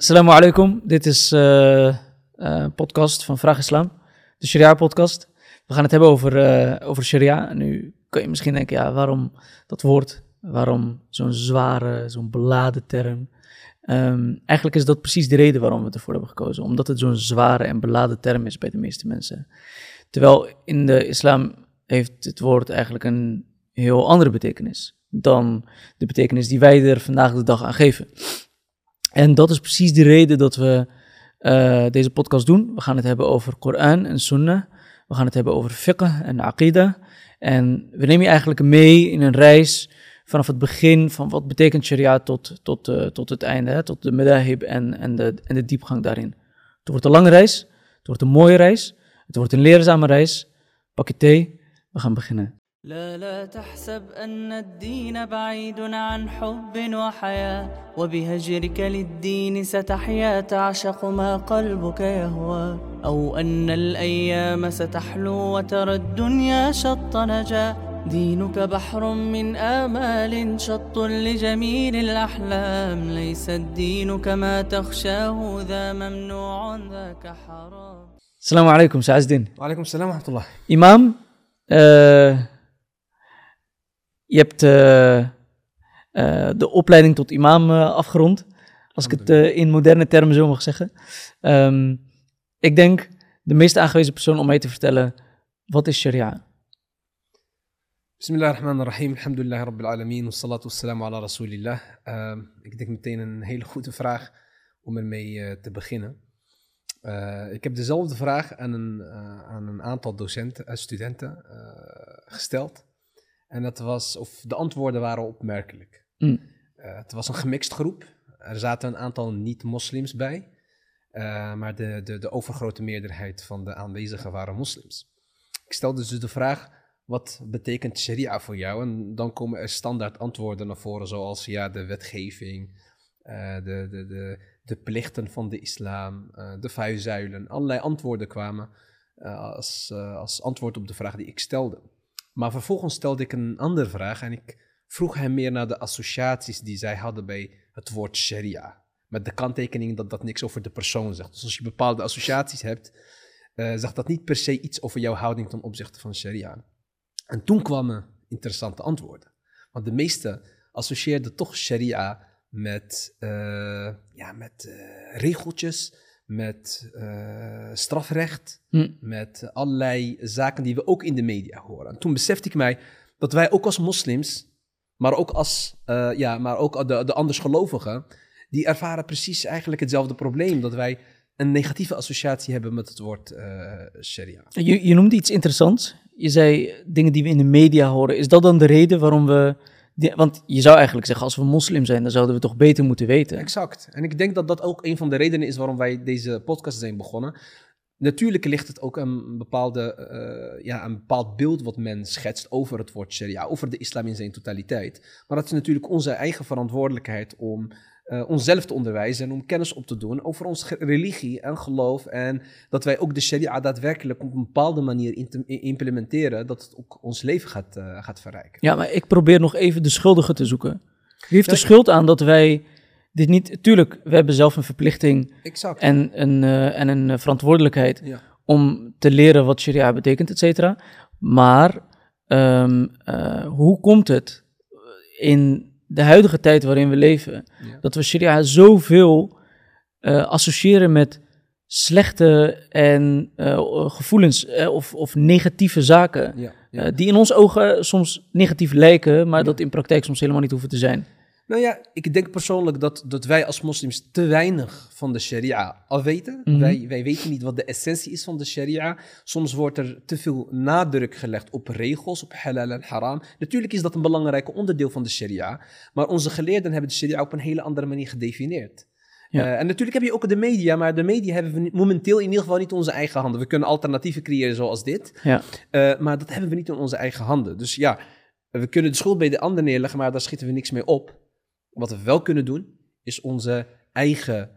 Assalamu alaikum, dit is een podcast van Vraag Islam, de Sharia-podcast. We gaan het hebben over Sharia. Nu kun je misschien denken, ja, waarom dat woord? Waarom zo'n zware, zo'n beladen term? Eigenlijk is dat precies de reden waarom we ervoor hebben gekozen. Omdat het zo'n zware en beladen term is bij de meeste mensen. Terwijl in de islam heeft het woord eigenlijk een heel andere betekenis dan de betekenis die wij er vandaag de dag aan geven. En dat is precies de reden dat we deze podcast doen. We gaan het hebben over Koran en Sunnah. We gaan het hebben over fiqh en aqida. En we nemen je eigenlijk mee in een reis vanaf het begin van wat betekent sharia tot het einde. Hè? Tot de madahib en de diepgang daarin. Het wordt een lange reis. Het wordt een mooie reis. Het wordt een leerzame reis. Pak je thee. We gaan beginnen. لا تحسب أن الدين بعيد عن حب وحياة وبهجرك للدين ستحيا تعشق ما قلبك يهوى أو أن الأيام ستحلو وترى الدنيا شط نجا دينك بحر من آمال شط لجميل الأحلام ليس الدين كما تخشاه ذا ممنوع ذاك حرام. Assalamu alaikum, Sa'azdin. Wa alaikum salam wa rahmatullah. Imam, je hebt de opleiding tot imam afgerond, als ik het in moderne termen zo mag zeggen. Ik denk de meest aangewezen persoon om mij te vertellen, wat is sharia? Bismillahirrahmanirrahim. Alhamdulillah rabbil alameen. Wassalatu wassalamu ala rasulillah. Ik denk meteen een hele goede vraag om ermee te beginnen. Ik heb dezelfde vraag aan een aantal studenten gesteld. En de antwoorden waren opmerkelijk. Het was een gemixt groep. Er zaten een aantal niet-moslims bij. Maar de overgrote meerderheid van de aanwezigen waren moslims. Ik stelde dus de vraag, wat betekent sharia voor jou? En dan komen er standaard antwoorden naar voren, zoals ja, de wetgeving, de plichten van de islam, de 5 zuilen. Allerlei antwoorden kwamen als antwoord op de vraag die ik stelde. Maar vervolgens stelde ik een andere vraag en ik vroeg hem meer naar de associaties die zij hadden bij het woord sharia. Met de kanttekening dat dat niks over de persoon zegt. Dus als je bepaalde associaties hebt, zegt dat niet per se iets over jouw houding ten opzichte van sharia. En toen kwamen interessante antwoorden. Want de meesten associeerden toch sharia met regeltjes, met strafrecht, met allerlei zaken die we ook in de media horen. En toen besefte ik mij dat wij ook als moslims, maar ook de andersgelovigen, die ervaren precies eigenlijk hetzelfde probleem. Dat wij een negatieve associatie hebben met het woord sharia. Je noemde iets interessants. Je zei dingen die we in de media horen. Is dat dan de reden waarom we... Want je zou eigenlijk zeggen, als we moslim zijn, dan zouden we toch beter moeten weten. Exact. En ik denk dat dat ook een van de redenen is waarom wij deze podcast zijn begonnen. Natuurlijk ligt het ook een bepaald beeld wat men schetst over het woord sharia, over de islam in zijn totaliteit. Maar dat is natuurlijk onze eigen verantwoordelijkheid om onszelf te onderwijzen en om kennis op te doen over onze religie en geloof. En dat wij ook de sharia daadwerkelijk op een bepaalde manier implementeren, dat het ook ons leven gaat verrijken. Ja, maar ik probeer nog even de schuldige te zoeken. Wie heeft de schuld aan dat wij dit niet... Tuurlijk, we hebben zelf een verplichting Exact. en een verantwoordelijkheid om te leren wat sharia betekent, et cetera. Maar hoe komt het in de huidige tijd waarin we leven, dat we sharia zoveel associëren met slechte en gevoelens of negatieve zaken, die in onze ogen soms negatief lijken, maar dat in praktijk soms helemaal niet hoeven te zijn. Nou ja, ik denk persoonlijk dat wij als moslims te weinig van de sharia afweten. Wij weten niet wat de essentie is van de sharia. Soms wordt er te veel nadruk gelegd op regels, op halal en haram. Natuurlijk is dat een belangrijk onderdeel van de sharia, maar onze geleerden hebben de sharia op een hele andere manier gedefinieerd. Ja. En natuurlijk heb je ook de media, maar de media hebben we momenteel in ieder geval niet in onze eigen handen. We kunnen alternatieven creëren zoals dit, maar dat hebben we niet in onze eigen handen. Dus ja, we kunnen de schuld bij de ander neerleggen, maar daar schieten we niks mee op. Wat we wel kunnen doen, is onze eigen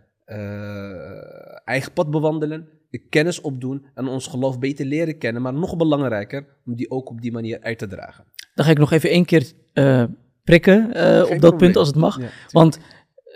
pad bewandelen, kennis opdoen en ons geloof beter leren kennen. Maar nog belangrijker, om die ook op die manier uit te dragen. Dan ga ik nog even 1 keer prikken op dat punt, als het mag. Ja, want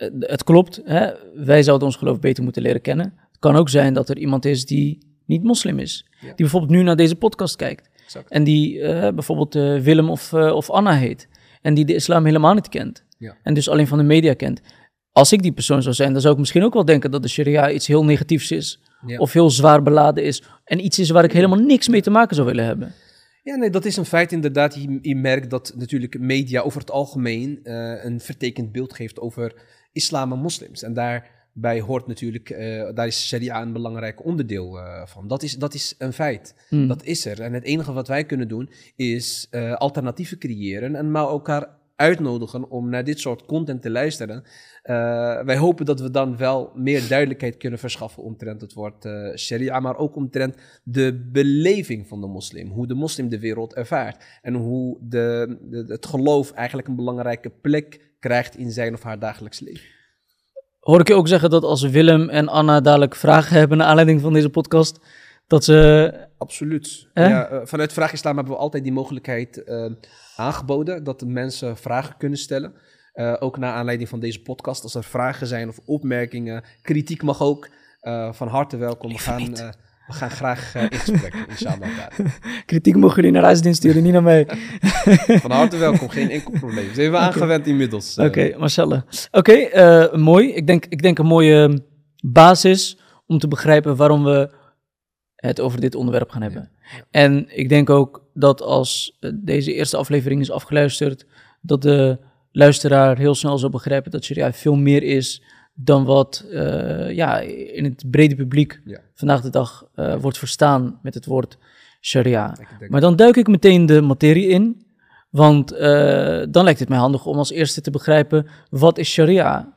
het klopt, hè? Wij zouden ons geloof beter moeten leren kennen. Het kan ook zijn dat er iemand is die niet moslim is. Ja. Die bijvoorbeeld nu naar deze podcast kijkt. Exact. En die bijvoorbeeld Willem of Anna heet. En die de islam helemaal niet kent. Ja. En dus alleen van de media kent. Als ik die persoon zou zijn, dan zou ik misschien ook wel denken dat de sharia iets heel negatiefs is. Ja. Of heel zwaar beladen is. En iets is waar ik helemaal niks mee te maken zou willen hebben. Ja, nee, dat is een feit inderdaad. Je merkt dat natuurlijk media over het algemeen een vertekend beeld geeft over islam en moslims. En daarbij hoort natuurlijk, daar is sharia een belangrijk onderdeel van. Dat is een feit. Dat is er. En het enige wat wij kunnen doen is alternatieven creëren en maar elkaar uitnodigen om naar dit soort content te luisteren. Wij hopen dat we dan wel meer duidelijkheid kunnen verschaffen omtrent het woord sharia, maar ook omtrent de beleving van de moslim. Hoe de moslim de wereld ervaart. En hoe het geloof eigenlijk een belangrijke plek krijgt in zijn of haar dagelijks leven. Hoor ik je ook zeggen dat als Willem en Anna dadelijk vragen hebben naar aanleiding van deze podcast, dat ze... Absoluut. Ja, vanuit Vraag Islam hebben we altijd die mogelijkheid aangeboden dat de mensen vragen kunnen stellen. Ook naar aanleiding van deze podcast. Als er vragen zijn of opmerkingen, kritiek mag ook. Van harte welkom. We gaan graag in gesprek, inshallah. Kritiek mogen jullie naar huisdienst sturen, niet naar mij. Van harte welkom, geen enkel probleem. Ze hebben we aangewend inmiddels. Oké, mashallah. Oké, mooi. Ik denk een mooie basis om te begrijpen waarom we het over dit onderwerp gaan hebben. Ja. En ik denk ook dat als deze eerste aflevering is afgeluisterd, dat de luisteraar heel snel zal begrijpen dat sharia veel meer is dan wat in het brede publiek vandaag de dag wordt verstaan met het woord sharia. Maar dan duik ik meteen de materie in, want dan lijkt het mij handig om als eerste te begrijpen, wat is sharia?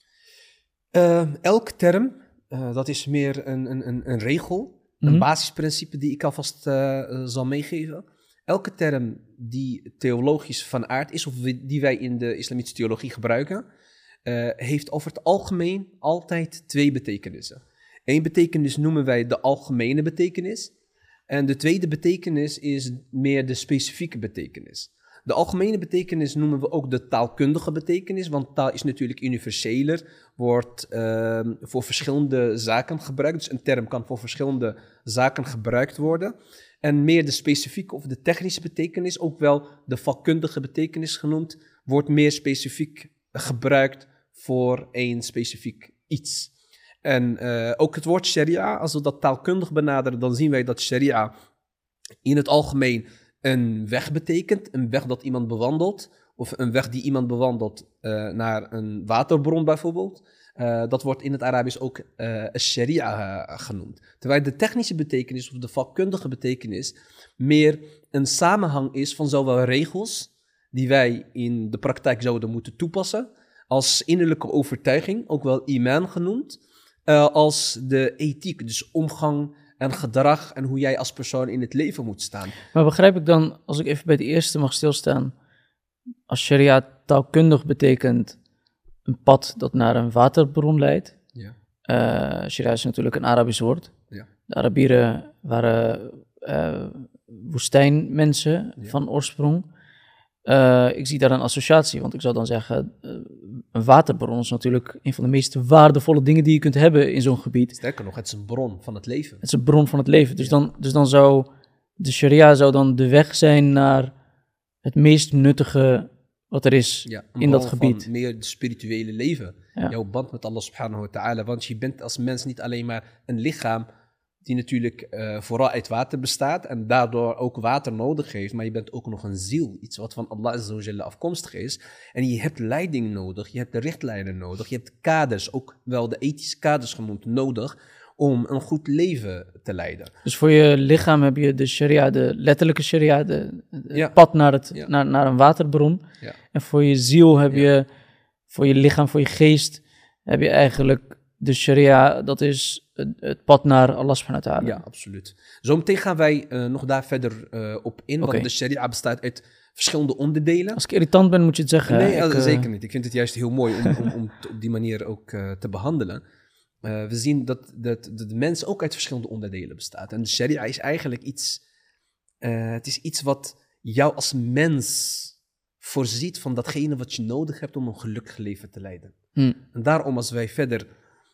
Elk term, dat is meer een regel, een basisprincipe die ik alvast zal meegeven. Elke term die theologisch van aard is, of die wij in de islamitische theologie gebruiken, heeft over het algemeen altijd twee betekenissen. Eén betekenis noemen wij de algemene betekenis. En de tweede betekenis is meer de specifieke betekenis. De algemene betekenis noemen we ook de taalkundige betekenis, want taal is natuurlijk universeler, wordt voor verschillende zaken gebruikt. Dus een term kan voor verschillende zaken gebruikt worden. En meer de specifieke of de technische betekenis, ook wel de vakkundige betekenis genoemd, wordt meer specifiek gebruikt voor één specifiek iets. En ook het woord sharia, als we dat taalkundig benaderen, dan zien wij dat sharia in het algemeen een weg betekent, een weg dat iemand bewandelt, of een weg die iemand bewandelt naar een waterbron bijvoorbeeld. Dat wordt in het Arabisch ook sharia genoemd. Terwijl de technische betekenis of de vakkundige betekenis meer een samenhang is van zowel regels die wij in de praktijk zouden moeten toepassen, als innerlijke overtuiging, ook wel iman genoemd, als de ethiek, dus omgang en gedrag en hoe jij als persoon in het leven moet staan. Maar begrijp ik dan, als ik even bij de eerste mag stilstaan, als sharia taalkundig betekent een pad dat naar een waterbron leidt. Ja. Sharia is natuurlijk een Arabisch woord. Ja. De Arabieren waren woestijnmensen van oorsprong. Ik zie daar een associatie, want ik zou dan zeggen, een waterbron is natuurlijk een van de meest waardevolle dingen die je kunt hebben in zo'n gebied. Sterker nog, het is een bron van het leven. Het is een bron van het leven. Dus dan zou de sharia zou dan de weg zijn naar het meest nuttige wat er is in dat gebied. Van meer het spirituele leven. Ja. Jouw band met Allah subhanahu wa ta'ala. Want je bent als mens niet alleen maar een lichaam die natuurlijk vooral uit water bestaat en daardoor ook water nodig heeft, maar je bent ook nog een ziel, iets wat van Allah azza wa jalla afkomstig is. En je hebt leiding nodig, je hebt de richtlijnen nodig, je hebt kaders, ook wel de ethische kaders genoemd, nodig om een goed leven te leiden. Dus voor je lichaam heb je de sharia, de letterlijke sharia, het pad naar een waterbron. Ja. En voor je ziel heb je, voor je lichaam, voor je geest, heb je eigenlijk de sharia, dat is het pad naar Allah subhanahu wa ta'ala. Ja, absoluut. Zometeen gaan wij nog daar verder op in, want de sharia bestaat uit verschillende onderdelen. Als ik irritant ben, moet je het zeggen. Nee, zeker niet. Ik vind het juist heel mooi om op die manier ook te behandelen. We zien dat de mens ook uit verschillende onderdelen bestaat. En de sharia is eigenlijk iets, het is iets wat jou als mens voorziet van datgene wat je nodig hebt om een gelukkig leven te leiden. En daarom als wij verder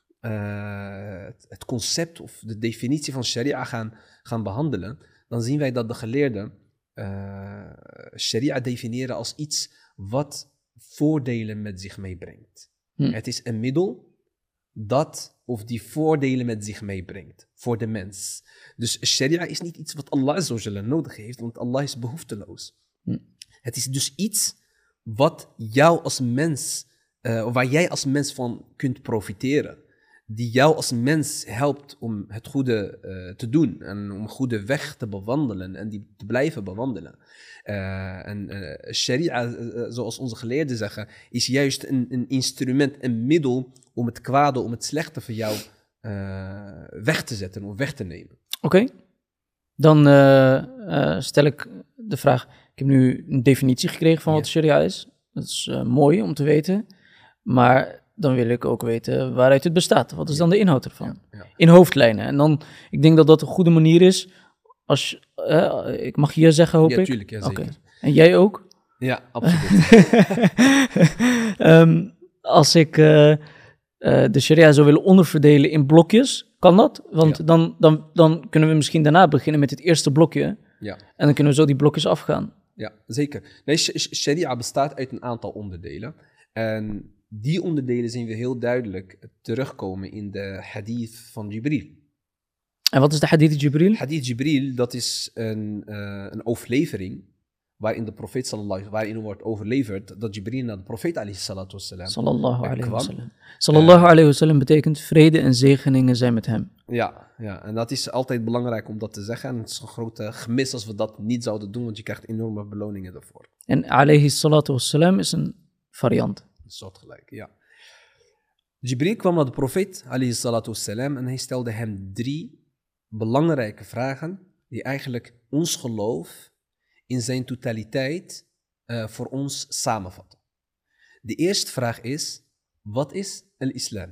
het concept of de definitie van sharia gaan behandelen, dan zien wij dat de geleerden sharia definiëren als iets wat voordelen met zich meebrengt. Het is een middel dat of die voordelen met zich meebrengt voor de mens. Dus sharia is niet iets wat Allah Azza wa Jalla nodig heeft, want Allah is behoefteloos. Het is dus iets wat jou als mens, waar jij als mens van kunt profiteren. Die jou als mens helpt om het goede te doen en om een goede weg te bewandelen en die te blijven bewandelen. Sharia, zoals onze geleerden zeggen, is juist een instrument, een middel om het kwade, om het slechte voor jou weg te zetten of weg te nemen. Oké. Dan stel ik de vraag, ik heb nu een definitie gekregen van wat sharia is. Dat is mooi om te weten, maar dan wil ik ook weten waaruit het bestaat. Wat is dan de inhoud ervan? In hoofdlijnen. En dan, ik denk dat dat een goede manier is. Als ik mag hier zeggen, hoop ik? Tuurlijk, ja, zeker. Okay. En jij ook? Ja, absoluut. Als ik de sharia zou willen onderverdelen in blokjes, kan dat? Want dan kunnen we misschien daarna beginnen met het eerste blokje. Ja. En dan kunnen we zo die blokjes afgaan. Ja, zeker. Nee, sharia bestaat uit een aantal onderdelen. En die onderdelen zien we heel duidelijk terugkomen in de hadith van Jibril. En wat is de hadith Jibril? Hadith Jibril, dat is een overlevering waarin de profeet sallallahu waarin wordt overleverd dat Jibril naar de profeet alayhi salatu wassalam sallallahu alayhi wasallam. Sallallahu alayhi wasallam betekent vrede en zegeningen zijn met hem. Ja, en dat is altijd belangrijk om dat te zeggen. En het is een grote gemis als we dat niet zouden doen, want je krijgt enorme beloningen daarvoor. En alayhi salatu wassalam is een variant. Een soortgelijk, ja. Jibril kwam naar de profeet alayhi salatu wassalam en hij stelde hem 3 belangrijke vragen die eigenlijk ons geloof in zijn totaliteit voor ons samenvatten. De eerste vraag is, wat is al-islam?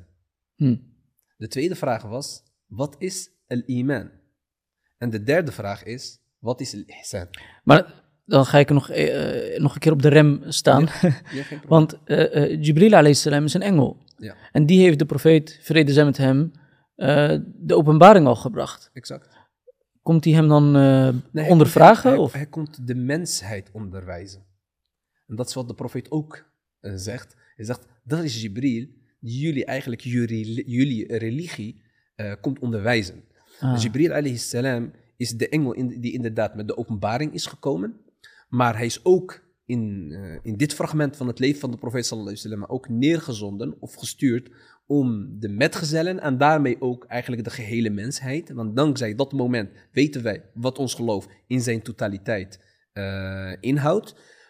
De tweede vraag was, wat is al-iman? En de derde vraag is, wat is al-ihsan? Maar dan ga ik nog een keer op de rem staan. Ja, want Jibril alayhi salam is een engel. Ja. En die heeft de profeet, vrede zij met hem, de openbaring al gebracht. Exact. Komt hij hem dan ondervragen? Hij komt de mensheid onderwijzen. En dat is wat de profeet ook zegt. Hij zegt, dat is Jibril die jullie eigenlijk jullie religie komt onderwijzen. Dus Jibril alayhi salam is de engel die inderdaad met de openbaring is gekomen. Maar hij is ook in dit fragment van het leven van de profeet sallallahu alaihi wasallam ook neergezonden of gestuurd om de metgezellen en daarmee ook eigenlijk de gehele mensheid. Want dankzij dat moment weten wij wat ons geloof in zijn totaliteit inhoudt.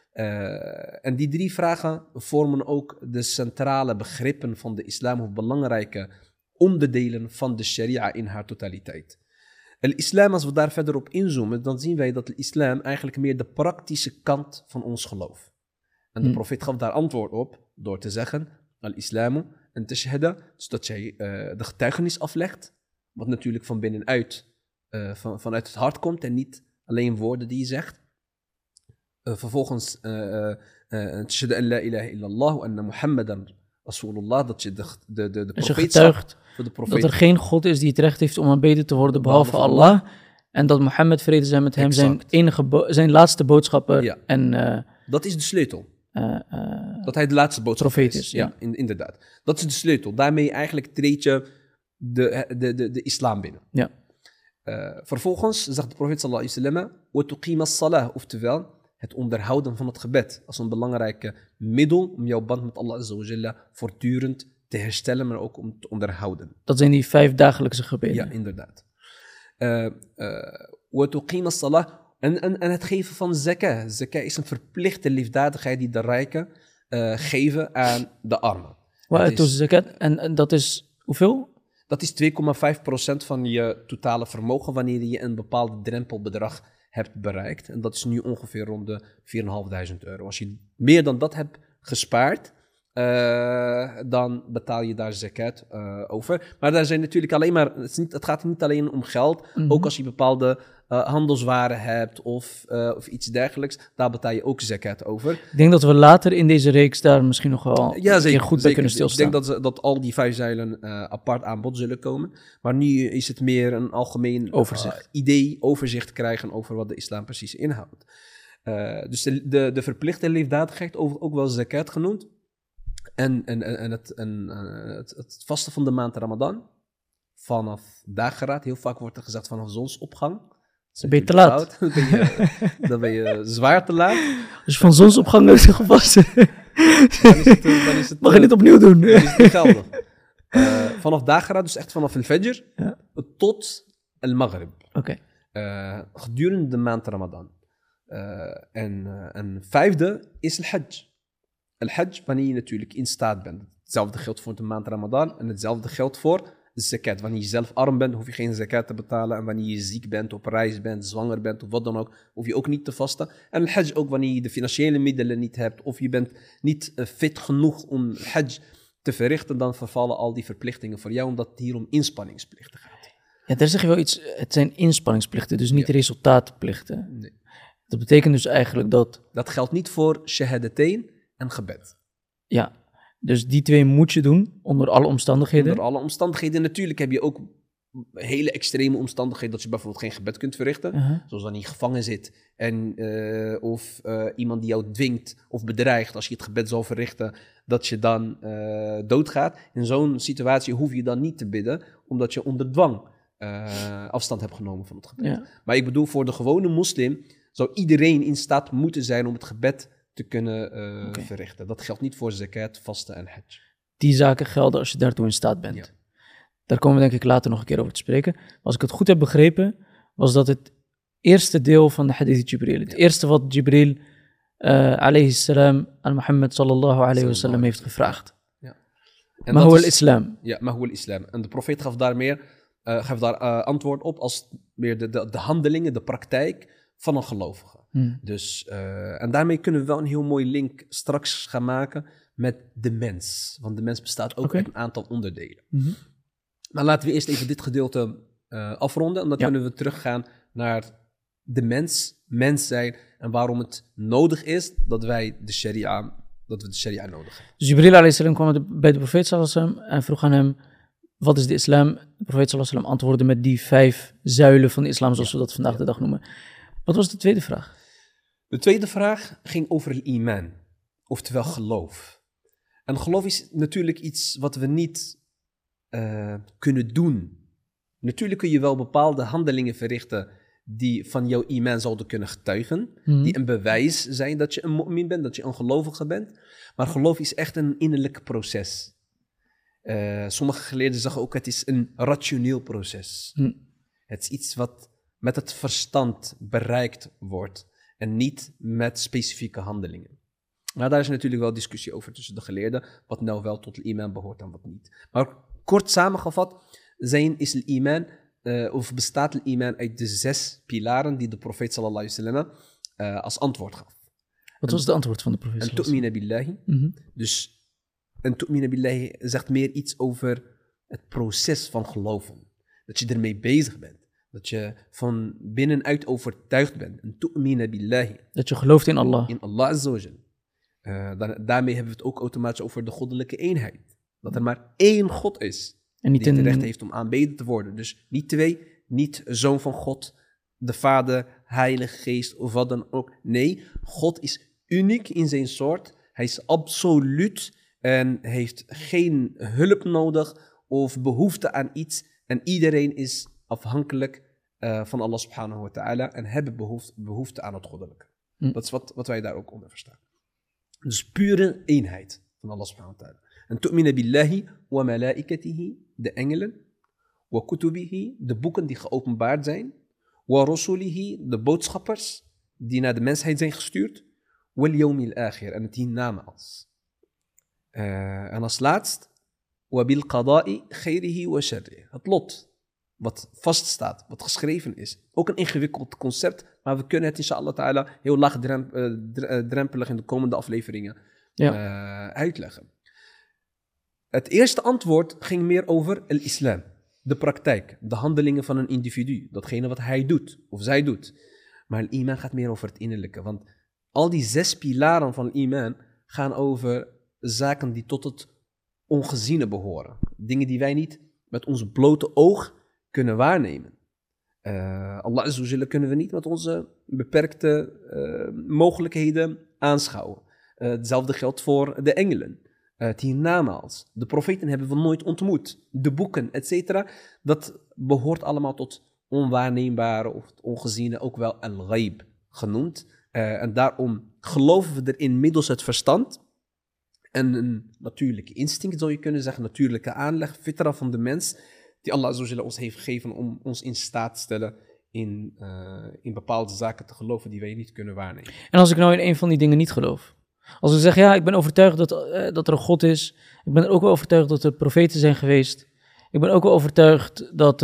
En die 3 vragen vormen ook de centrale begrippen van de islam of belangrijke onderdelen van de sharia in haar totaliteit. Het islam, als we daar verder op inzoomen, dan zien wij dat de islam eigenlijk meer de praktische kant van ons geloof. En de profeet gaf daar antwoord op door te zeggen, al-islamu en tashhada, dus dat jij de getuigenis aflegt, wat natuurlijk van binnenuit, vanuit het hart komt en niet alleen woorden die je zegt. Vervolgens, tashhada an la ilaha illallah wa anna Muhammadan Rasulullah, dat je de profeet zegt. Dat er geen God is die het recht heeft om aanbeden te worden behalve Allah. En dat Mohammed, vrede zij met hem, zijn laatste boodschapper. Ja. En, dat is de sleutel. Dat hij de laatste boodschapper is. Ja, inderdaad. Dat is de sleutel. Daarmee eigenlijk treed je de islam binnen. Ja. Vervolgens zegt de profeet sallallahu alaihi wasallam, wa tuqima as-salah, oftewel het onderhouden van het gebed als een belangrijke middel om jouw band met Allah azza wa jalla voortdurend te herstellen, maar ook om te onderhouden. Dat zijn die 5 dagelijkse gebeden. Ja, inderdaad. Wa tuqima as-salah en het geven van zakah. Zakah is een verplichte liefdadigheid die de rijken geven aan de armen. En dat is hoeveel? Dat is 2,5% van je totale vermogen wanneer je een bepaalde drempelbedrag hebt bereikt. En dat is nu ongeveer rond de €4.500. Als je meer dan dat hebt gespaard, dan betaal je daar zakat over. Maar daar zijn natuurlijk alleen maar... Het gaat niet alleen om geld. Ook als je bepaalde handelswaren hebt of iets dergelijks, daar betaal je ook zakat over. Ik denk dat we later in deze reeks daar misschien nog wel een keer goed bij kunnen stilstaan. Ik denk dat al die 5 zuilen apart aan bod zullen komen. Maar nu is het meer een algemeen overzicht krijgen over wat de islam precies inhoudt. Dus de verplichte liefdadigheid, ook wel zakat genoemd. En het vasten van de maand Ramadan, vanaf dageraad, heel vaak wordt er gezegd vanaf zonsopgang. Ben je te laat? Dan ben je zwaar te laat. Als je van zonsopgang hebt gevast, dan is het, mag je dit opnieuw doen. Dan is het niet geldig. Vanaf dageraad, dus echt vanaf al-Fajr, tot al-Maghrib. Okay. Gedurende de maand Ramadan. En 5e is al-Hajj. Al-Hajj, wanneer je natuurlijk in staat bent. Hetzelfde geldt voor de maand Ramadan en hetzelfde geldt voor de zakat. Wanneer je zelf arm bent, hoef je geen zakat te betalen. En wanneer je ziek bent, op reis bent, zwanger bent of wat dan ook, hoef je ook niet te vasten. En al-Hajj ook wanneer je de financiële middelen niet hebt of je bent niet fit genoeg om Hajj te verrichten, dan vervallen al die verplichtingen voor jou, omdat het hier om inspanningsplichten gaat. Ja, daar zeg je wel iets. Het zijn inspanningsplichten, dus niet resultaatplichten. Nee. Dat betekent dus eigenlijk dat... Dat geldt niet voor shahadatain en gebed. Ja, dus die 2 moet je doen onder alle omstandigheden. Onder alle omstandigheden. Natuurlijk heb je ook hele extreme omstandigheden dat je bijvoorbeeld geen gebed kunt verrichten. Zoals wanneer je gevangen zit of iemand die jou dwingt of bedreigt als je het gebed zal verrichten, dat je dan doodgaat. In zo'n situatie hoef je dan niet te bidden, omdat je onder dwang afstand hebt genomen van het gebed. Ja. Maar ik bedoel, voor de gewone moslim zou iedereen in staat moeten zijn om het gebed te kunnen verrichten. Dat geldt niet voor zakat, vasten en hajj. Die zaken gelden als je daartoe in staat bent. Ja. Daar komen we denk ik later nog een keer over te spreken. Maar als ik het goed heb begrepen, was dat het eerste deel van de hadith Jibril. Het eerste wat Jibril alayhi salam aan Mohammed sallallahu alayhi wa sallam heeft gevraagd. Ja. Maar hoe al-islam? Ja, maar hoe al-islam. En de profeet gaf daar antwoord op als meer de handelingen, de praktijk van een gelovige. Dus, en daarmee kunnen we wel een heel mooi link straks gaan maken met de mens. Want de mens bestaat ook uit een aantal onderdelen. Maar laten we eerst even dit gedeelte afronden. En dan kunnen we teruggaan naar de mens zijn. En waarom het nodig is dat we de sharia nodig hebben. Dus Jibril alayhi salam kwam bij de profeet sallallahu alayhi wa sallam en vroeg aan hem, wat is de islam? De profeet sallallahu alayhi wa sallam antwoordde met die 5 zuilen van de islam, zoals we dat vandaag de dag noemen. Wat was de tweede vraag? De tweede vraag ging over het iman, oftewel geloof. En geloof is natuurlijk iets wat we niet kunnen doen. Natuurlijk kun je wel bepaalde handelingen verrichten die van jouw iman zouden kunnen getuigen, die een bewijs zijn dat je een mu'min bent, dat je een gelovige bent. Maar geloof is echt een innerlijk proces. Sommige geleerden zeggen ook, het is een rationeel proces. Het is iets wat met het verstand bereikt wordt en niet met specifieke handelingen. Maar daar is natuurlijk wel discussie over tussen de geleerden, wat nou wel tot iman behoort en wat niet. Maar kort samengevat, is het iman, of bestaat het iman uit de 6 pilaren die de profeet sallallahu alaihi wasallam als antwoord gaf. Wat was de antwoord van de profeet? En tu'mina billahi. Dus en tu'mina billahi zegt meer iets over het proces van geloven. Dat je ermee bezig bent. Dat je van binnenuit overtuigd bent. En tu'mina billahi. Dat je gelooft in Allah. In Allah azza wa jal. Daarmee hebben we het ook automatisch over de goddelijke eenheid. Dat er maar 1 God is. En niet die het recht heeft om aanbeden te worden. Dus niet 2, niet zoon van God, de Vader, Heilige Geest of wat dan ook. Nee, God is uniek in zijn soort. Hij is absoluut en heeft geen hulp nodig of behoefte aan iets. En iedereen is afhankelijk van Allah subhanahu wa ta'ala en hebben behoefte aan het goddelijke. Dat is wat wij daar ook onder verstaan. Dus pure eenheid van Allah subhanahu wa ta'ala. En tu'mina billahi wa malaikatihi, de engelen, wa kutubihi, de boeken die geopenbaard zijn, wa rasulihi, de boodschappers die naar de mensheid zijn gestuurd, wal yawmil akhir, en het hiernamaals. En als laatst, wa bil qada'i khairihi wa sharrihi, het lot, wat vaststaat, wat geschreven is. Ook een ingewikkeld concept, maar we kunnen het inshallah ta'ala heel laagdrempelig in de komende afleveringen uitleggen. Het eerste antwoord ging meer over het islam. De praktijk, de handelingen van een individu. Datgene wat hij doet of zij doet. Maar het iman gaat meer over het innerlijke. Want al die 6 pilaren van het iman gaan over zaken die tot het ongeziene behoren. Dingen die wij niet met ons blote oog kunnen waarnemen. Allah Azza wa Jalla kunnen we niet met onze beperkte mogelijkheden aanschouwen. Hetzelfde geldt voor de engelen. Het hiernamaals. De profeten hebben we nooit ontmoet. De boeken, etc. Dat behoort allemaal tot onwaarneembare of het ongeziene, ook wel al-ghaib genoemd. En daarom geloven we erin middels het verstand. En een natuurlijke instinct zou je kunnen zeggen, natuurlijke aanleg, fitra van de mens, die Allah Azza wa Jalla ons heeft gegeven om ons in staat te stellen in bepaalde zaken te geloven die wij niet kunnen waarnemen. En als ik nou in een van die dingen niet geloof? Als ik zeg, ja, ik ben overtuigd dat er een God is. Ik ben ook wel overtuigd dat er profeten zijn geweest. Ik ben ook wel overtuigd dat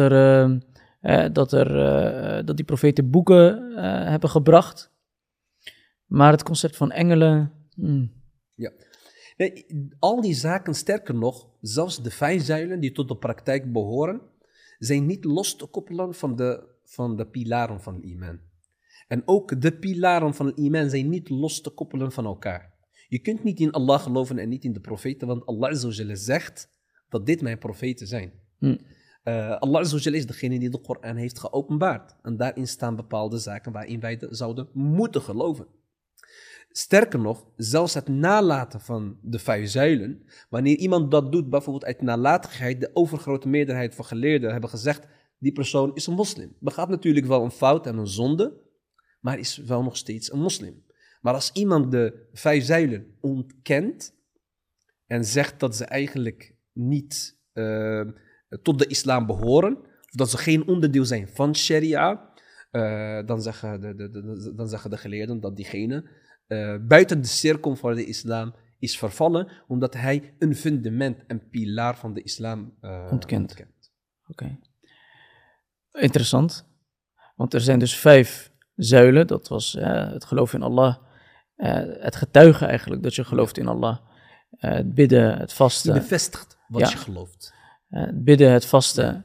die profeten boeken hebben gebracht. Maar het concept van engelen... Ja. Nee, al die zaken, sterker nog, zelfs de 5 zuilen die tot de praktijk behoren, zijn niet los te koppelen van de pilaren van het iman. En ook de pilaren van het iman zijn niet los te koppelen van elkaar. Je kunt niet in Allah geloven en niet in de profeten, want Allah Azza wa Jalla zegt dat dit mijn profeten zijn. Allah Azza wa Jalla is degene die de Koran heeft geopenbaard. En daarin staan bepaalde zaken waarin wij zouden moeten geloven. Sterker nog, zelfs het nalaten van de 5 zuilen, wanneer iemand dat doet, bijvoorbeeld uit nalatigheid, de overgrote meerderheid van geleerden hebben gezegd, die persoon is een moslim. Begaat natuurlijk wel een fout en een zonde, maar is wel nog steeds een moslim. Maar als iemand de 5 zuilen ontkent en zegt dat ze eigenlijk niet tot de islam behoren, of dat ze geen onderdeel zijn van sharia, dan zeggen de geleerden dat diegene buiten de cirkel van de islam is vervallen, omdat hij een fundament, een pilaar van de islam ontkent. Oké. Interessant. Want er zijn dus 5 zuilen. Dat was het geloof in Allah. Het getuigen eigenlijk dat je gelooft in Allah. Het bidden, het vasten. Je bevestigt wat je gelooft. Het bidden, het vasten.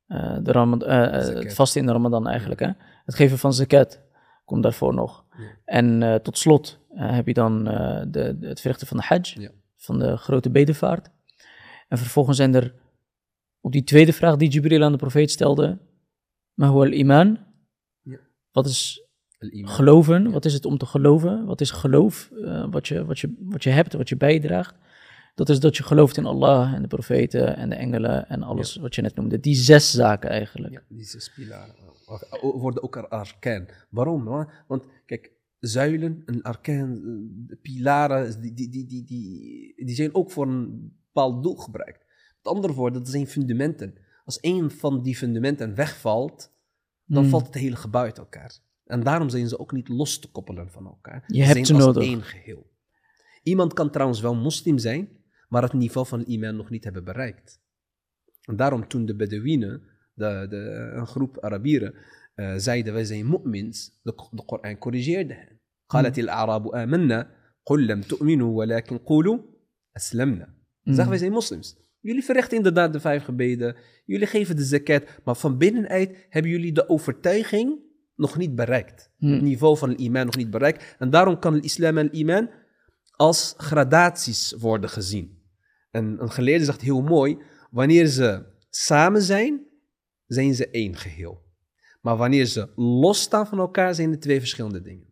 Het vasten in de Ramadan eigenlijk. Hè? Het geven van zakat komt daarvoor nog. Ja. En tot slot heb je dan het verrichten van de hajj. Ja. Van de grote bedevaart. En vervolgens zijn er op die tweede vraag die Jibril aan de profeet stelde. Maar hoe al-iman? Ja. Wat is geloven? Ja. Wat is het om te geloven? Wat is geloof? Wat je hebt, wat je bijdraagt. Dat is dat je gelooft in Allah en de profeten en de engelen en alles wat je net noemde. Die 6 zaken eigenlijk. Ja, die 6 pilaren worden ook arkaan. Waarom? Want kijk, zuilen en arkaan, pilaren, die zijn ook voor een bepaald doel gebruikt. Met andere woorden, dat zijn fundamenten. Als één van die fundamenten wegvalt, dan valt het hele gebouw uit elkaar. En daarom zijn ze ook niet los te koppelen van elkaar. Je hebt ze nodig. Één geheel. Iemand kan trouwens wel moslim zijn, maar het niveau van het iman nog niet hebben bereikt. En daarom toen de Bedouinen, een groep Arabieren, zeiden wij zijn mu'mins, de Koran corrigeerde hen. قالت الأعراب آمنا قل لم تؤمنوا ولكن قولوا أسلمنا. Zeggen wij zijn moslims. Jullie verrichten inderdaad de 5 gebeden, jullie geven de zakat, maar van binnenuit hebben jullie de overtuiging nog niet bereikt. Het niveau van het iman nog niet bereikt. En daarom kan het islam en het iman als gradaties worden gezien. En een geleerde zegt heel mooi, wanneer ze samen zijn, zijn ze één geheel. Maar wanneer ze losstaan van elkaar, zijn het 2 verschillende dingen.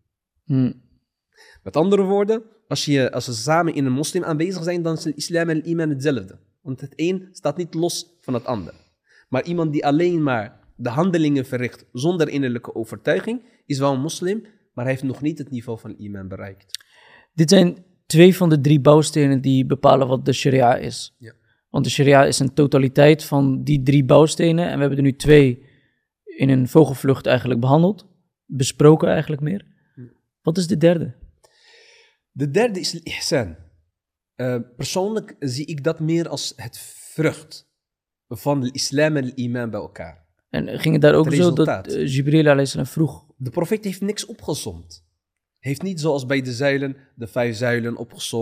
Met andere woorden, als ze samen in een moslim aanwezig zijn, dan is het islam en het iman hetzelfde. Want het een staat niet los van het ander. Maar iemand die alleen maar de handelingen verricht zonder innerlijke overtuiging, is wel een moslim, maar hij heeft nog niet het niveau van iman bereikt. Dit zijn 2 van de 3 bouwstenen die bepalen wat de sharia is. Ja. Want de sharia is een totaliteit van die 3 bouwstenen. En we hebben er nu 2 in een vogelvlucht eigenlijk behandeld. Besproken eigenlijk meer. Wat is de derde? De derde is al-ihsan. Persoonlijk zie ik dat meer als het vrucht van de islam en de iman bij elkaar. En ging het daar ook zo dat Jibril a.s. vroeg? De profeet heeft niks opgezomd. Heeft niet zoals bij de zuilen, de 5 zuilen opgezomd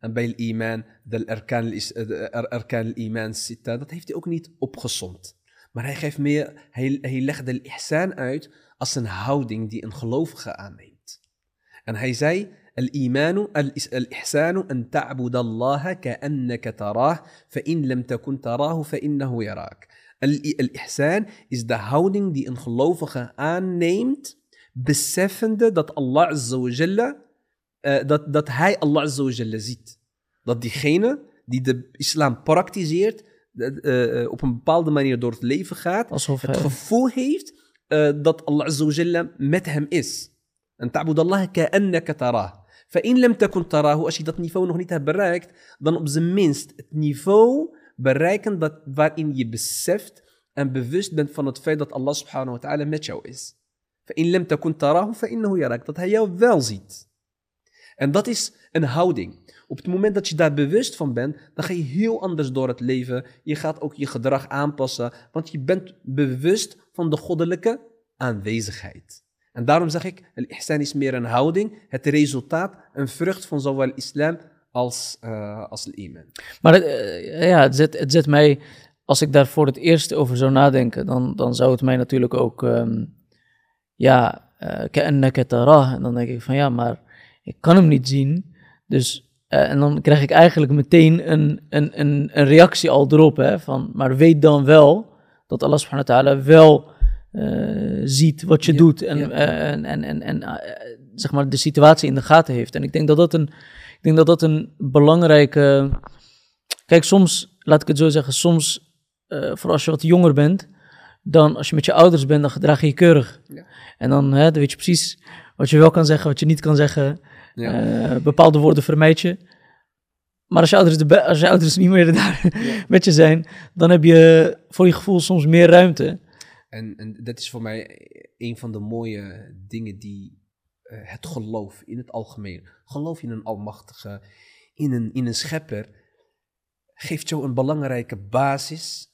en bij al-iman, de arkan al-iman sitta, dat heeft hij ook niet opgesomd. Maar hij geeft meer, hij legt de ihsan uit als een houding die een gelovige aanneemt. En hij zei, al-ihsanu an ta'buda Allah ka'annaka tarah, fa in lam takun tarahu fa innahu yarak. Al-ihsan is de houding die een gelovige aanneemt, beseffende dat Allah Azza wa Jalla, dat hij Allah Azza wa Jalla ziet. Dat diegene die de islam praktiseert, op een bepaalde manier door het leven gaat, Alsof het gevoel heeft dat Allah Azza wa Jalla met hem is. En ta'bud Allah ka'annaka tarah. Fa in lam takun tarahu, als je dat niveau nog niet hebt bereikt, dan op zijn minst het niveau bereiken waarin je beseft en bewust bent van het feit dat Allah subhanahu wa ta'ala met jou is. Fa in lam takun tarahu fa innahu yarak, dat hij jou wel ziet. En dat is een houding. Op het moment dat je daar bewust van bent, dan ga je heel anders door het leven. Je gaat ook je gedrag aanpassen, want je bent bewust van de goddelijke aanwezigheid. En daarom zeg ik, al-ihsan is meer een houding, het resultaat, een vrucht van zowel islam als al-iman. Maar het zet mij, als ik daar voor het eerst over zou nadenken, dan zou het mij natuurlijk ook, ka'annaka tarah. En dan denk ik van ja, maar ik kan hem niet zien. Dus, en dan krijg ik eigenlijk meteen een reactie al erop, hè, van, maar weet dan wel dat Allah subhanahu wa ta'ala wel ziet wat je doet en zeg maar de situatie in de gaten heeft. En ik denk dat dat een belangrijke... Kijk, soms, laat ik het zo zeggen, soms, voor als je wat jonger bent, dan als je met je ouders bent, dan gedraag je je keurig. Ja. En dan weet je precies wat je wel kan zeggen, wat je niet kan zeggen. Ja. Bepaalde woorden vermijd je. Maar als je ouders niet meer daar met je zijn, dan heb je voor je gevoel soms meer ruimte. En dat is voor mij een van de mooie dingen die het geloof in het algemeen. Geloof in een almachtige, in een schepper, geeft jou een belangrijke basis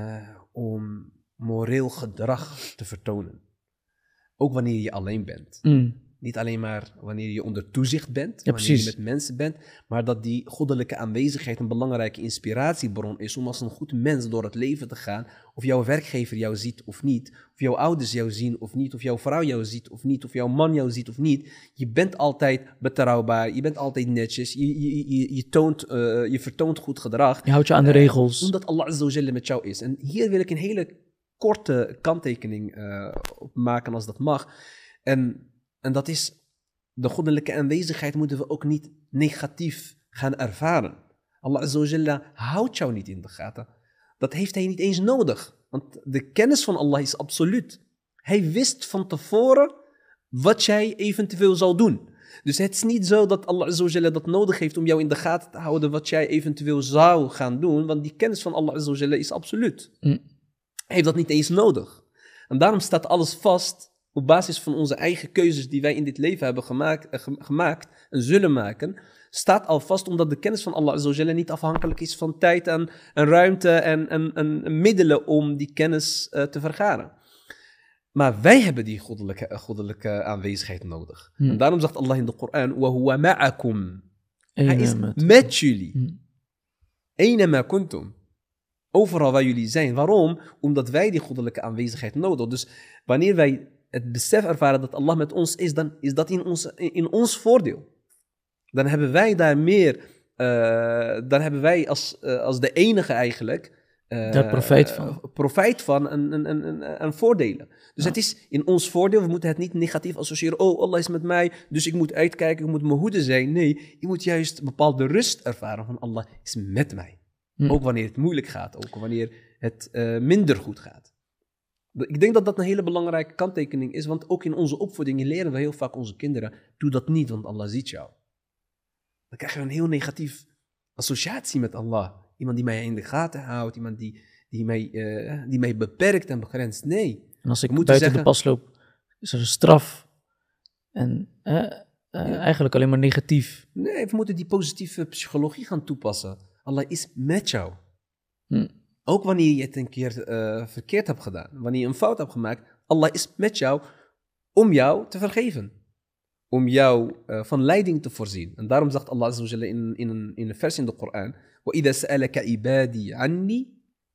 om moreel gedrag te vertonen. Ook wanneer je alleen bent. Niet alleen maar wanneer je onder toezicht bent, wanneer je met mensen bent, maar dat die goddelijke aanwezigheid een belangrijke inspiratiebron is om als een goed mens door het leven te gaan. Of jouw werkgever jou ziet of niet, of jouw ouders jou zien of niet, of jouw vrouw jou ziet of niet, of jouw man jou ziet of niet. Je bent altijd betrouwbaar, je bent altijd netjes, je vertoont goed gedrag. Je houdt je aan de regels. Omdat Allah Azza wa Jalla met jou is. En hier wil ik een hele korte kanttekening op maken als dat mag. En dat is, de goddelijke aanwezigheid moeten we ook niet negatief gaan ervaren. Allah Azza wa Jalla houdt jou niet in de gaten. Dat heeft hij niet eens nodig. Want de kennis van Allah is absoluut. Hij wist van tevoren wat jij eventueel zal doen. Dus het is niet zo dat Allah Azza wa Jalla dat nodig heeft om jou in de gaten te houden wat jij eventueel zou gaan doen. Want die kennis van Allah Azza wa Jalla is absoluut. Hij heeft dat niet eens nodig. En daarom staat alles vast op basis van onze eigen keuzes die wij in dit leven hebben gemaakt en zullen maken, staat al vast omdat de kennis van Allah Azza wa Jalla niet afhankelijk is van tijd en ruimte en middelen om die kennis te vergaren. Maar wij hebben die goddelijke aanwezigheid nodig. En daarom zegt Allah in de Koran, wa huwa ma'akum. Hij is met jullie. Aynama kuntum. Overal waar jullie zijn. Waarom? Omdat wij die goddelijke aanwezigheid nodig hebben. Dus wanneer wij het besef ervaren dat Allah met ons is, dan is dat in ons voordeel. Dan hebben wij daar meer, dan hebben wij als de enige eigenlijk daar profijt van en voordelen. Dus het is in ons voordeel, we moeten het niet negatief associëren. Oh, Allah is met mij, dus ik moet uitkijken, ik moet mijn hoede zijn. Nee, je moet juist bepaalde rust ervaren van Allah is met mij. Ook wanneer het moeilijk gaat, ook wanneer het minder goed gaat. Ik denk dat dat een hele belangrijke kanttekening is, want ook in onze opvoeding leren we heel vaak onze kinderen, doe dat niet, want Allah ziet jou. Dan krijg je een heel negatief associatie met Allah. Iemand die mij in de gaten houdt, iemand die mij beperkt en begrenst. Nee. En als ik buiten de pas loop, is er een straf. En eigenlijk alleen maar negatief. Nee, we moeten die positieve psychologie gaan toepassen. Allah is met jou. Ook wanneer je het een keer verkeerd hebt gedaan. Wanneer je een fout hebt gemaakt. Allah is met jou om jou te vergeven. om jou van leiding te voorzien. En daarom zegt Allah Azza wa Jalla in een vers in de Koran: وَإِذَا سَأَلَكَ عِبَادِي عَنِّي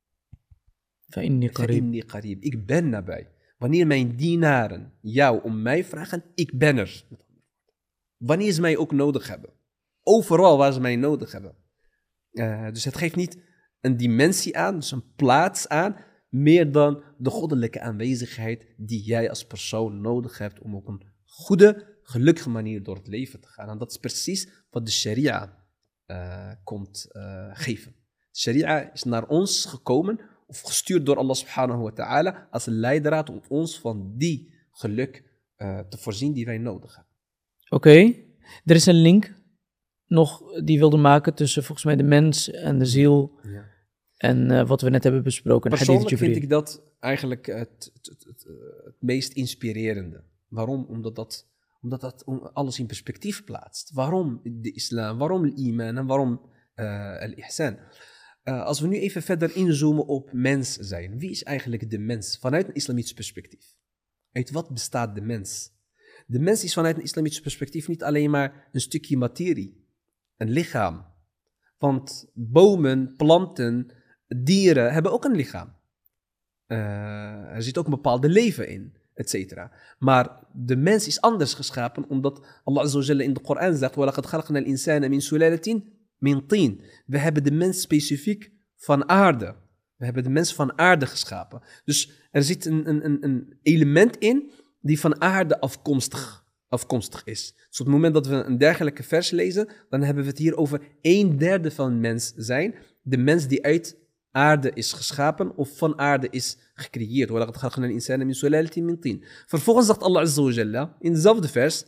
فَإِنِّي قَرِيب. Ik ben nabij. Wanneer mijn dienaren jou om mij vragen, ik ben er. Wanneer ze mij ook nodig hebben. Overal waar ze mij nodig hebben. Dus het geeft niet een dimensie aan, dus een plaats aan, meer dan de goddelijke aanwezigheid die jij als persoon nodig hebt om op een goede, gelukkige manier door het leven te gaan. En dat is precies wat de sharia komt geven. De sharia is naar ons gekomen, of gestuurd door Allah subhanahu wa ta'ala, als een leidraad om ons van die geluk te voorzien die wij nodig hebben. Oké, er is een link nog die wilde maken tussen volgens mij de mens en de ziel. Ja. En wat we net hebben besproken. Persoonlijk vind ik dat eigenlijk het meest inspirerende. Waarom? Omdat dat alles in perspectief plaatst. Waarom de islam, waarom al-iman en waarom al-ihsan. Als we nu even verder inzoomen op mens zijn. Wie is eigenlijk de mens vanuit een islamitisch perspectief? Uit wat bestaat de mens? De mens is vanuit een islamitisch perspectief niet alleen maar een stukje materie. Een lichaam. Want bomen, planten, dieren hebben ook een lichaam. Er zit ook een bepaalde leven in, et cetera. Maar de mens is anders geschapen, omdat Allah Azza wa Jalla in de Koran zegt: وَلَقَدْ خَلَقْنَا الْإِنسَانَ مِنْ سُلَالَةٍ مِنْ طِينٍ. We hebben de mens specifiek van aarde. We hebben de mens van aarde geschapen. Dus er zit een element in die van aarde afkomstig is. Dus op het moment dat we een dergelijke vers lezen, dan hebben we het hier over 1/3 van mens zijn. De mens die uit aarde is geschapen of van aarde is gecreëerd. Vervolgens zegt Allah Azza wa Jalla in dezelfde vers: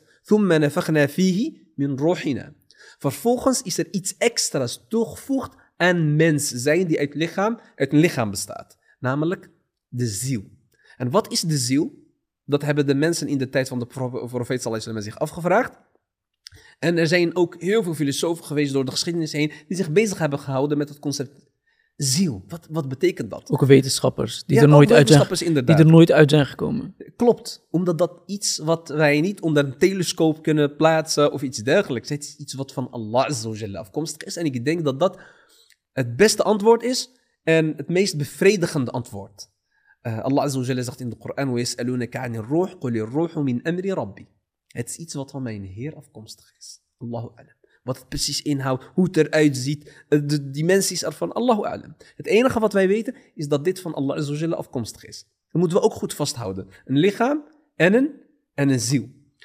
vervolgens is er iets extra's toegevoegd aan mens zijn die uit een lichaam bestaat. Namelijk de ziel. En wat is de ziel? Dat hebben de mensen in de tijd van de profeet sallallahu alaihi wasallam zich afgevraagd. En er zijn ook heel veel filosofen geweest door de geschiedenis heen die zich bezig hebben gehouden met het concept ziel. Wat betekent dat? Ook wetenschappers die er nooit uit zijn gekomen. Klopt, omdat dat iets wat wij niet onder een telescoop kunnen plaatsen of iets dergelijks. Het is iets wat van Allah Azza wa Jalla afkomstig is. En ik denk dat dat het beste antwoord is en het meest bevredigende antwoord. Allah Azza wa Jalla zegt in de Koran: وَيَسْأَلُونَكَ عَنِ الرُّوحِ قُلِ الرُّوحُ مِنْ أَمْرِ رَبِّي. Het is iets wat van mijn Heer afkomstig is. Allahu a'lam. Wat het precies inhoudt, hoe het eruit ziet, de dimensies ervan, Allahu a'lam. Het enige wat wij weten is dat dit van Allah Azza wa Jalla afkomstig is. Dat moeten we ook goed vasthouden. Een lichaam en een ziel.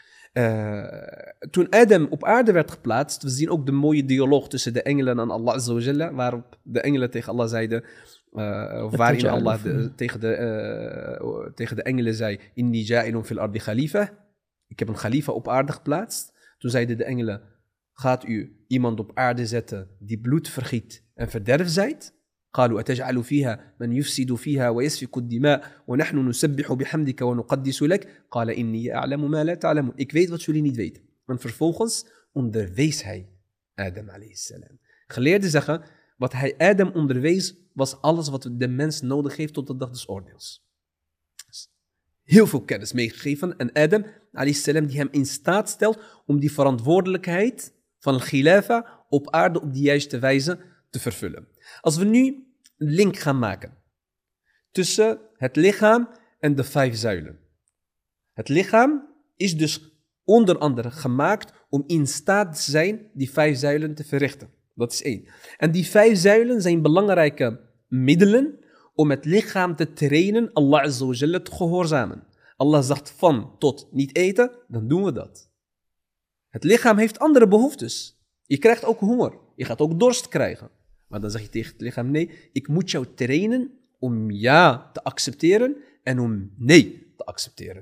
Toen Adam op aarde werd geplaatst, we zien ook de mooie dialoog tussen de engelen en Allah Azza wa Jalla, waarop de engelen tegen Allah zeiden, waarin Allah tegen de engelen zei: Inni ja'ilun fil ardi khalifa. Ik heb een khalifa op aarde geplaatst. Toen zeiden de engelen: gaat u iemand op aarde zetten die bloed vergiet en verderf zaait? قالوا أتجعل فيها من يفسد فيها ويسفك الدماء ونحن نسبح بحمدك ونقدس لك قال إني أعلم ما لا تعلمون. Ik weet wat jullie niet weten. En vervolgens onderwees hij Adam alayhi salam. Geleerden zeggen, wat hij Adam onderwees was alles wat de mens nodig heeft tot de dag des oordeels. Heel veel kennis meegegeven en Adam alayhi salam die hem in staat stelt om die verantwoordelijkheid van een khilafa op aarde op de juiste wijze te vervullen. Als we nu een link gaan maken tussen het lichaam en de 5 zuilen. Het lichaam is dus onder andere gemaakt om in staat te zijn die 5 zuilen te verrichten. Dat is 1. En die 5 zuilen zijn belangrijke middelen om het lichaam te trainen Allah Azza wa Jalla te gehoorzamen. Allah zegt van tot niet eten, dan doen we dat. Het lichaam heeft andere behoeftes. Je krijgt ook honger. Je gaat ook dorst krijgen. Maar dan zeg je tegen het lichaam: nee, ik moet jou trainen om ja te accepteren en om nee te accepteren.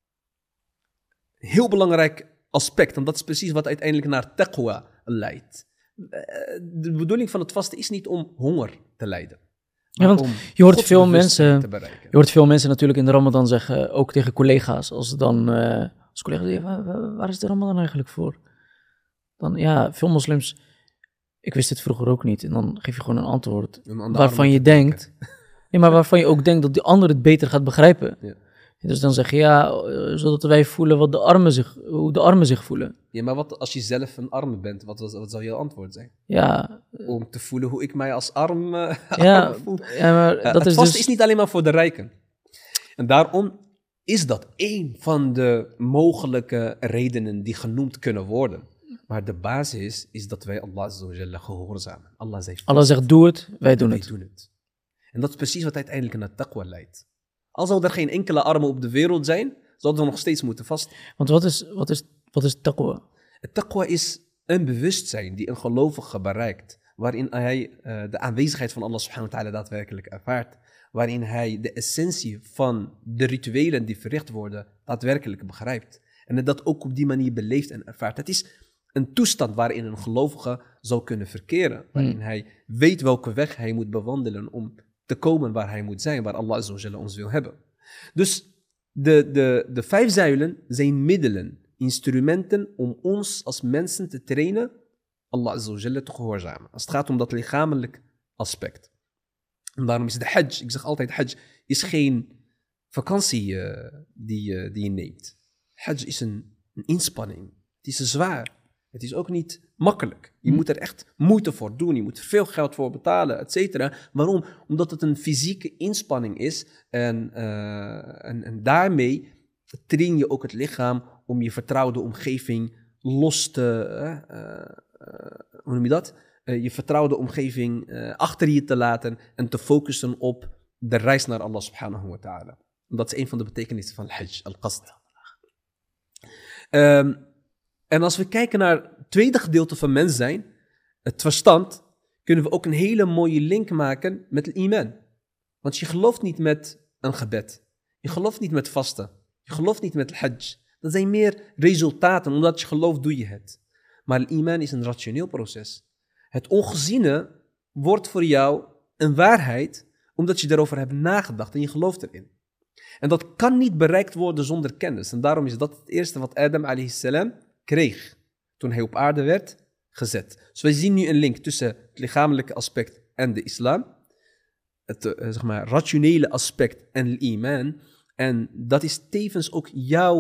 Heel belangrijk aspect, en dat is precies wat uiteindelijk naar taqwa leidt. De bedoeling van het vasten is niet om honger te lijden. Ja, want je hoort veel mensen natuurlijk in de Ramadan zeggen, ook tegen collega's, als collega's zeggen: waar is de Ramadan eigenlijk voor? Dan ja, veel moslims, ik wist het vroeger ook niet, en dan geef je gewoon een antwoord waarvan je denkt, nee, maar waarvan je ook denkt dat die ander het beter gaat begrijpen. Ja. Dus dan zeg je, zodat wij voelen hoe de armen zich voelen. Ja, maar wat als je zelf een arme bent? Wat zou jouw antwoord zijn? Ja. Om te voelen hoe ik mij als arm voel. Ja, maar dat het is vasten dus... is niet alleen maar voor de rijken. En daarom is dat één van de mogelijke redenen die genoemd kunnen worden. Maar de basis is dat wij Allah Azza wa Jalla gehoorzamen. Allah zegt, doe het, wij doen het. En dat is precies wat uiteindelijk naar taqwa leidt. Al zou er geen enkele armen op de wereld zijn, zouden we nog steeds moeten vasten. Want wat is taqwa? Het taqwa is een bewustzijn die een gelovige bereikt, waarin hij de aanwezigheid van Allah subhanahu wa ta'ala daadwerkelijk ervaart, waarin hij de essentie van de rituelen die verricht worden daadwerkelijk begrijpt. En het dat ook op die manier beleeft en ervaart. Het is een toestand waarin een gelovige zou kunnen verkeren, waarin hij weet welke weg hij moet bewandelen om te komen waar hij moet zijn, waar Allah Azza wa Jalla ons wil hebben. Dus de 5 zuilen zijn middelen, instrumenten om ons als mensen te trainen Allah Azza wa Jalla te gehoorzamen. Als het gaat om dat lichamelijk aspect. En daarom is de hajj, ik zeg altijd hajj, is geen vakantie die je neemt. Hajj is een inspanning. Het is zwaar. Het is ook niet makkelijk. Je moet er echt moeite voor doen. Je moet er veel geld voor betalen, et cetera. Waarom? Omdat het een fysieke inspanning is. En daarmee train je ook het lichaam om je vertrouwde omgeving los te... hoe noem je dat? Je vertrouwde omgeving achter je te laten en te focussen op de reis naar Allah subhanahu wa ta'ala. Dat is een van de betekenissen van al-hajj, al-qasd. En als we kijken naar het tweede gedeelte van mens zijn, het verstand, kunnen we ook een hele mooie link maken met het iman. Want je gelooft niet met een gebed. Je gelooft niet met vasten. Je gelooft niet met al-hajj. Dat zijn meer resultaten, omdat je gelooft doe je het. Maar het iman is een rationeel proces. Het ongeziene wordt voor jou een waarheid, omdat je daarover hebt nagedacht en je gelooft erin. En dat kan niet bereikt worden zonder kennis. En daarom is dat het eerste wat Adam alayhi salam kreeg toen hij op aarde werd gezet. Dus wij zien nu een link tussen het lichamelijke aspect en de islam. Het zeg maar, rationele aspect en het iman. En dat is tevens ook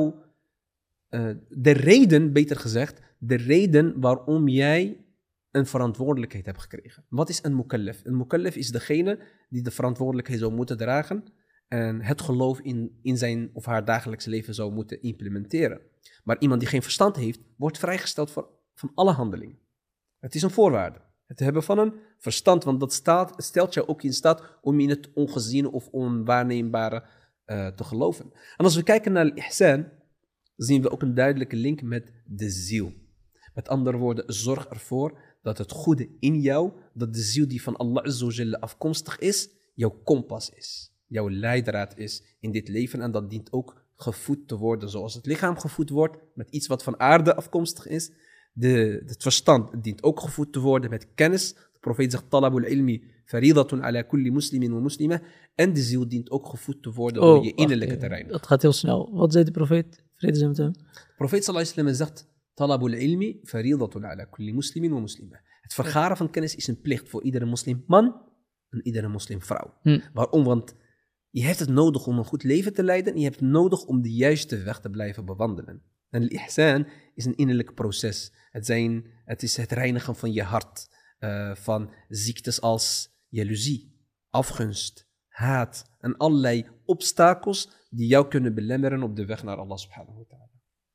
de reden, beter gezegd, de reden waarom jij een verantwoordelijkheid hebt gekregen. Wat is een mukallaf? Een mukallaf is degene die de verantwoordelijkheid zou moeten dragen en het geloof in zijn of haar dagelijks leven zou moeten implementeren. Maar iemand die geen verstand heeft, wordt vrijgesteld van alle handelingen. Het is een voorwaarde. Het hebben van een verstand, want dat stelt jou ook in staat om in het ongeziene of onwaarneembare te geloven. En als we kijken naar al-ihsan, zien we ook een duidelijke link met de ziel. Met andere woorden, zorg ervoor dat het goede in jou, dat de ziel die van Allah Azza wa Jalla afkomstig is, jouw kompas is. Jouw leidraad is in dit leven. En dat dient ook gevoed te worden zoals het lichaam gevoed wordt met iets wat van aarde afkomstig is. Het verstand dient ook gevoed te worden met kennis. De profeet zegt, talabul ilmi faridatun ala kulli muslimin wa muslima. En de ziel dient ook gevoed te worden om je innerlijke terrein. Dat gaat heel snel. Wat zei de profeet? Vrede zij met hem. De profeet sallallahu alaihi wasallam zegt, talabul ilmi faridatun ala kulli muslimin wa muslima. Het vergaren van kennis is een plicht voor iedere moslimman en iedere moslimvrouw. Waarom? Want je hebt het nodig om een goed leven te leiden en je hebt het nodig om de juiste weg te blijven bewandelen. En al-ihsan is een innerlijk proces. Het is het reinigen van je hart, van ziektes als jaloezie, afgunst, haat en allerlei obstakels die jou kunnen belemmeren op de weg naar Allah subhanahu wa ta'ala.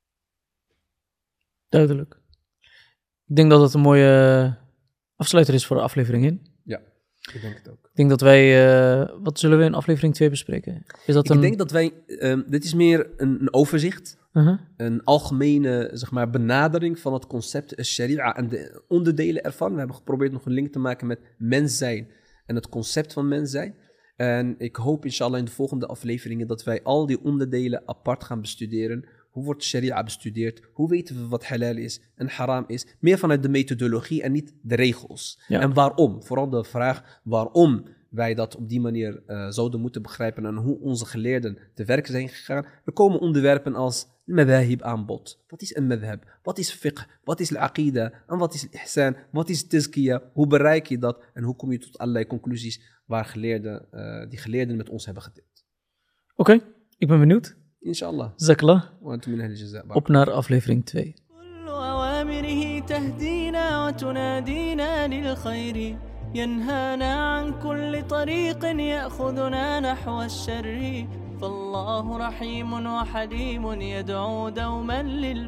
Duidelijk. Ik denk dat het een mooie afsluiter is voor de aflevering in. Ja, ik denk het ook. Ik denk dat wij... wat zullen we in aflevering 2 bespreken? Ik denk dat wij... dit is meer een overzicht. Een algemene zeg maar, benadering van het concept sharia en de onderdelen ervan. We hebben geprobeerd nog een link te maken met mens zijn en het concept van mens zijn. En ik hoop inshallah in de volgende afleveringen dat wij al die onderdelen apart gaan bestuderen. Hoe wordt sharia bestudeerd? Hoe weten we wat halal is en haram is? Meer vanuit de methodologie en niet de regels. Ja. En waarom? Vooral de vraag waarom wij dat op die manier zouden moeten begrijpen en hoe onze geleerden te werk zijn gegaan. Er komen onderwerpen als madhahib aan bod. Wat is een madhab? Wat is fiqh? Wat is al-aqida? En wat is al-ihsan? Wat is tazkiyah? Hoe bereik je dat? En hoe kom je tot allerlei conclusies waar die geleerden met ons hebben gedeeld? Oké. Ik ben benieuwd. Inshallah. Jazakallah. وأنتم من أهل الجزاء. Op naar aflevering 2. كل أوامره تهدينا وتنادينا للخير ينهانا عن كل طريق يأخذنا نحو الشر فالله رحيم وحليم يدعو دوما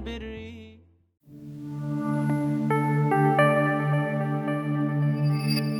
للبر